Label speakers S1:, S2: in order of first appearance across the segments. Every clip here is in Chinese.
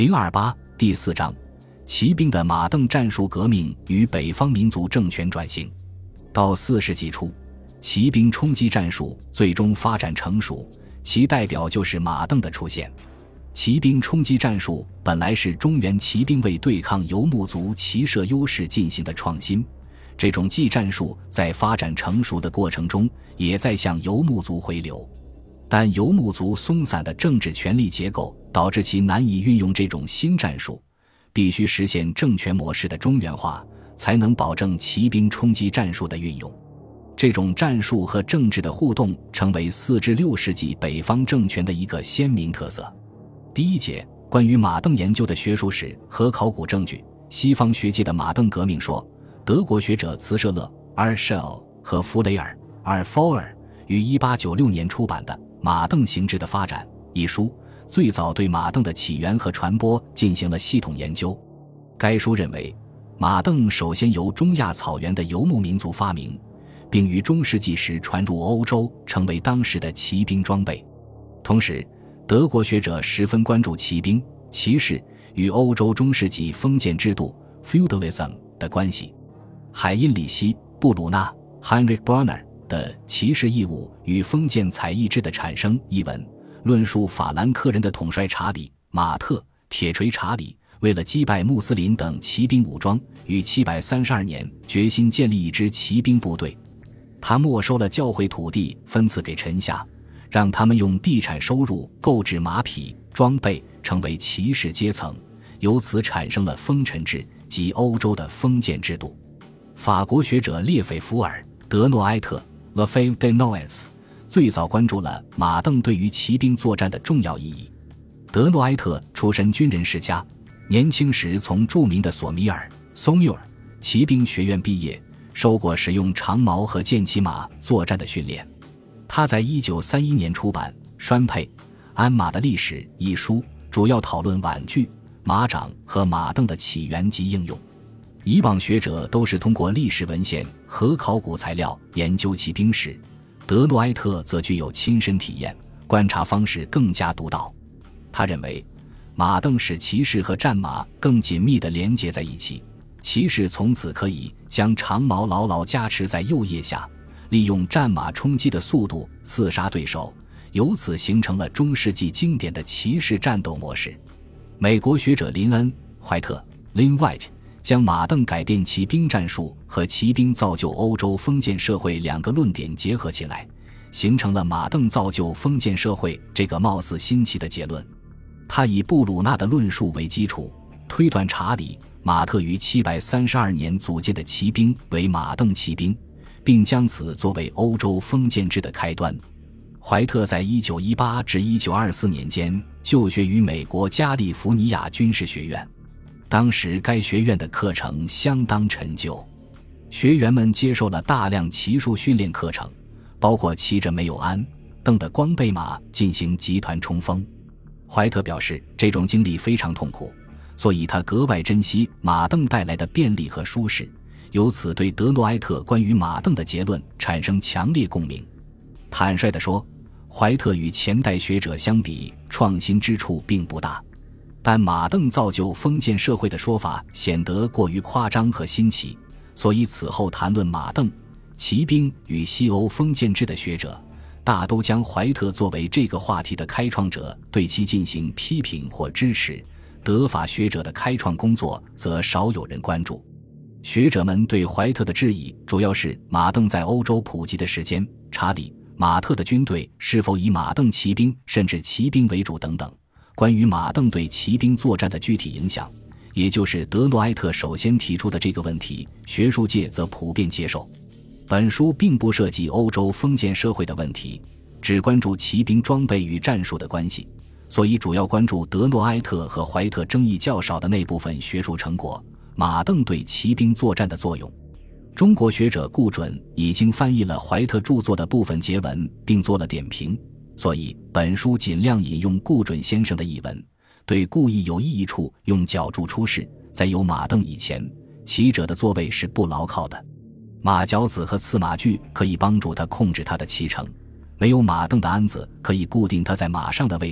S1: 028第4章，骑兵的马镫战术革命与北方民族政权转型。到4世纪初，骑兵冲击战术最终发展成熟，其代表就是马镫的出现。骑兵冲击战术本来是中原骑兵为对抗游牧族骑射优势进行的创新，这种技战术在发展成熟的过程中也在向游牧族回流，但游牧族松散的政治权力结构导致其难以运用这种新战术，必须实现政权模式的中原化，才能保证骑兵冲击战术的运用。这种战术和政治的互动成为4至6世纪北方政权的一个鲜明特色。第一节关于马镫研究的学术史和考古证据。西方学界的马镫革命说，德国学者茨舍勒 Arschel 和弗雷尔 Arfauer 于1896年出版的《马镫形制的发展》一书，最早对马镫的起源和传播进行了系统研究。该书认为，马镫首先由中亚草原的游牧民族发明，并于中世纪时传入欧洲，成为当时的骑兵装备。同时，德国学者十分关注骑兵、骑士与欧洲中世纪封建制度 feudalism 的关系。海因里希·布鲁纳 Heinrich Brunner 的《骑士义务与封建采邑制的产生》一文，论述法兰克人的统帅查理·马特、铁锤查理为了击败穆斯林等骑兵武装，于732年决心建立一支骑兵部队。他没收了教会土地，分赐给臣下，让他们用地产收入购置马匹装备，成为骑士阶层，由此产生了封臣制及欧洲的封建制度。法国学者列斐福尔·德诺埃特 Lefebvre de Noailles 最早关注了马镫对于骑兵作战的重要意义。德诺埃特出身军人世家，年轻时从著名的索米尔 Saumur 骑兵学院毕业，受过使用长矛和剑骑马作战的训练。他在1931年出版《栓佩·鞍马的历史》一书，主要讨论婉具、马掌和马镫的起源及应用。以往学者都是通过历史文献和考古材料研究骑兵史，德诺埃特则具有亲身体验，观察方式更加独到。他认为，马镫使骑士和战马更紧密地连结在一起，骑士从此可以将长矛牢牢夹持在右腋下，利用战马冲击的速度刺杀对手，由此形成了中世纪经典的骑士战斗模式。美国学者林恩·怀特 Lynn White 将马镫改变骑兵战术和骑兵造就欧洲封建社会两个论点结合起来，形成了马镫造就封建社会这个貌似新奇的结论。他以布鲁纳的论述为基础，推断查理·马特于732年组建的骑兵为马镫骑兵，并将此作为欧洲封建制的开端。怀特在1918至1924年间就学于美国加利福尼亚军事学院，当时该学院的课程相当陈旧，学员们接受了大量骑术训练课程，包括骑着没有鞍镫的光背马进行集团冲锋。怀特表示，这种经历非常痛苦，所以他格外珍惜马镫带来的便利和舒适，由此对德诺埃特关于马镫的结论产生强烈共鸣。坦率地说，怀特与前代学者相比，创新之处并不大，但马镫造就封建社会的说法显得过于夸张和新奇，所以此后谈论马镫、骑兵与西欧封建制的学者，大都将怀特作为这个话题的开创者，对其进行批评或支持。德法学者的开创工作则少有人关注。学者们对怀特的质疑主要是马镫在欧洲普及的时间、查理·马特的军队是否以马镫骑兵甚至骑兵为主等等。关于马镫对骑兵作战的具体影响，也就是德诺埃特首先提出的这个问题，学术界则普遍接受。本书并不涉及欧洲封建社会的问题，只关注骑兵装备与战术的关系，所以主要关注德诺埃特和怀特争议较少的那部分学术成果，马镫对骑兵作战的作用。中国学者顾准已经翻译了怀特著作的部分结文，并做了点评，所以本书尽量引用顾准先生的译文，对故意有意义处用脚注出示。在有马镫以前，骑者的座位是不牢靠的，马脚子和刺马具可以帮助他控制他的骑乘，没有马镫的鞍子可以固定他在马上的位置，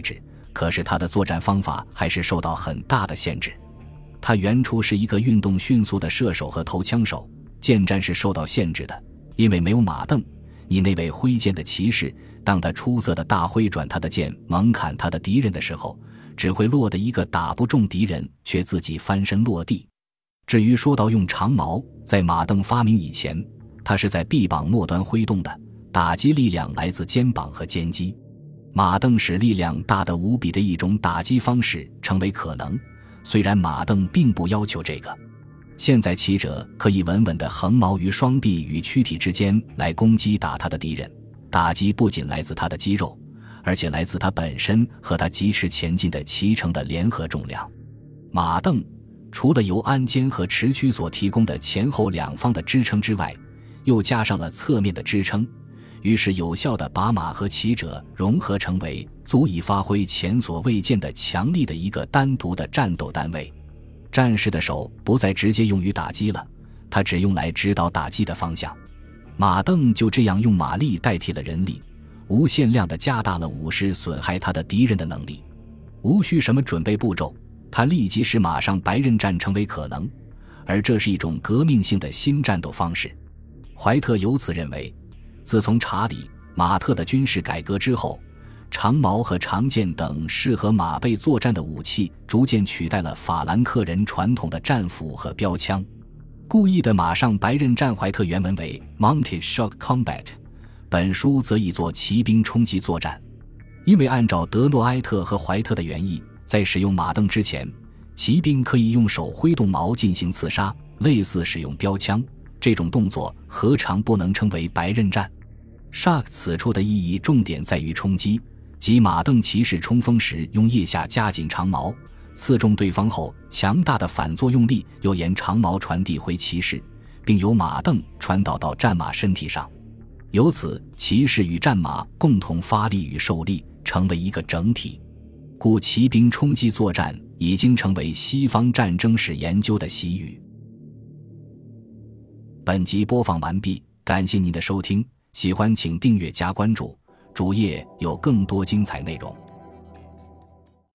S1: 可是他的作战方法还是受到很大的限制。他原初是一个运动迅速的射手和投枪手，剑战是受到限制的，因为没有马镫，你那位挥剑的骑士，当他出色的大挥转他的剑猛砍他的敌人的时候，只会落得一个打不中敌人却自己翻身落地。至于说到用长矛，在马镫发明以前，它是在臂膀末端挥动的，打击力量来自肩膀和肩肌。马镫使力量大得无比的一种打击方式成为可能，虽然马镫并不要求这个。现在骑者可以稳稳地横矛于双臂与躯体之间来攻击打他的敌人，打击不仅来自他的肌肉，而且来自他本身和他疾驰前进的骑乘的联合重量。马镫除了由鞍肩和持躯所提供的前后两方的支撑之外，又加上了侧面的支撑，于是有效地把马和骑者融合成为足以发挥前所未见的强力的一个单独的战斗单位。战士的手不再直接用于打击了，它只用来指导打击的方向。马镫就这样用马力代替了人力，无限量地加大了武士损害他的敌人的能力。无需什么准备步骤，他立即使马上白刃战成为可能，而这是一种革命性的新战斗方式。怀特由此认为，自从查理·马特的军事改革之后，长矛和长剑等适合马背作战的武器逐渐取代了法兰克人传统的战斧和标枪。故意的马上白刃战，怀特原文为 Mounted Shock Combat， 本书则译作骑兵冲击作战。因为按照德洛埃特和怀特的原意，在使用马镫之前，骑兵可以用手挥动矛进行刺杀，类似使用标枪，这种动作何尝不能称为白刃战。 Shock 此处的意义重点在于冲击，即马镫骑士冲锋时用腋下夹紧长矛，刺中对方后，强大的反作用力又沿长矛传递回骑士，并由马镫传导到战马身体上，由此骑士与战马共同发力与受力，成为一个整体。故骑兵冲击作战已经成为西方战争史研究的习语。本集播放完毕，感谢您的收听，喜欢请订阅加关注，主页有更多精彩内容。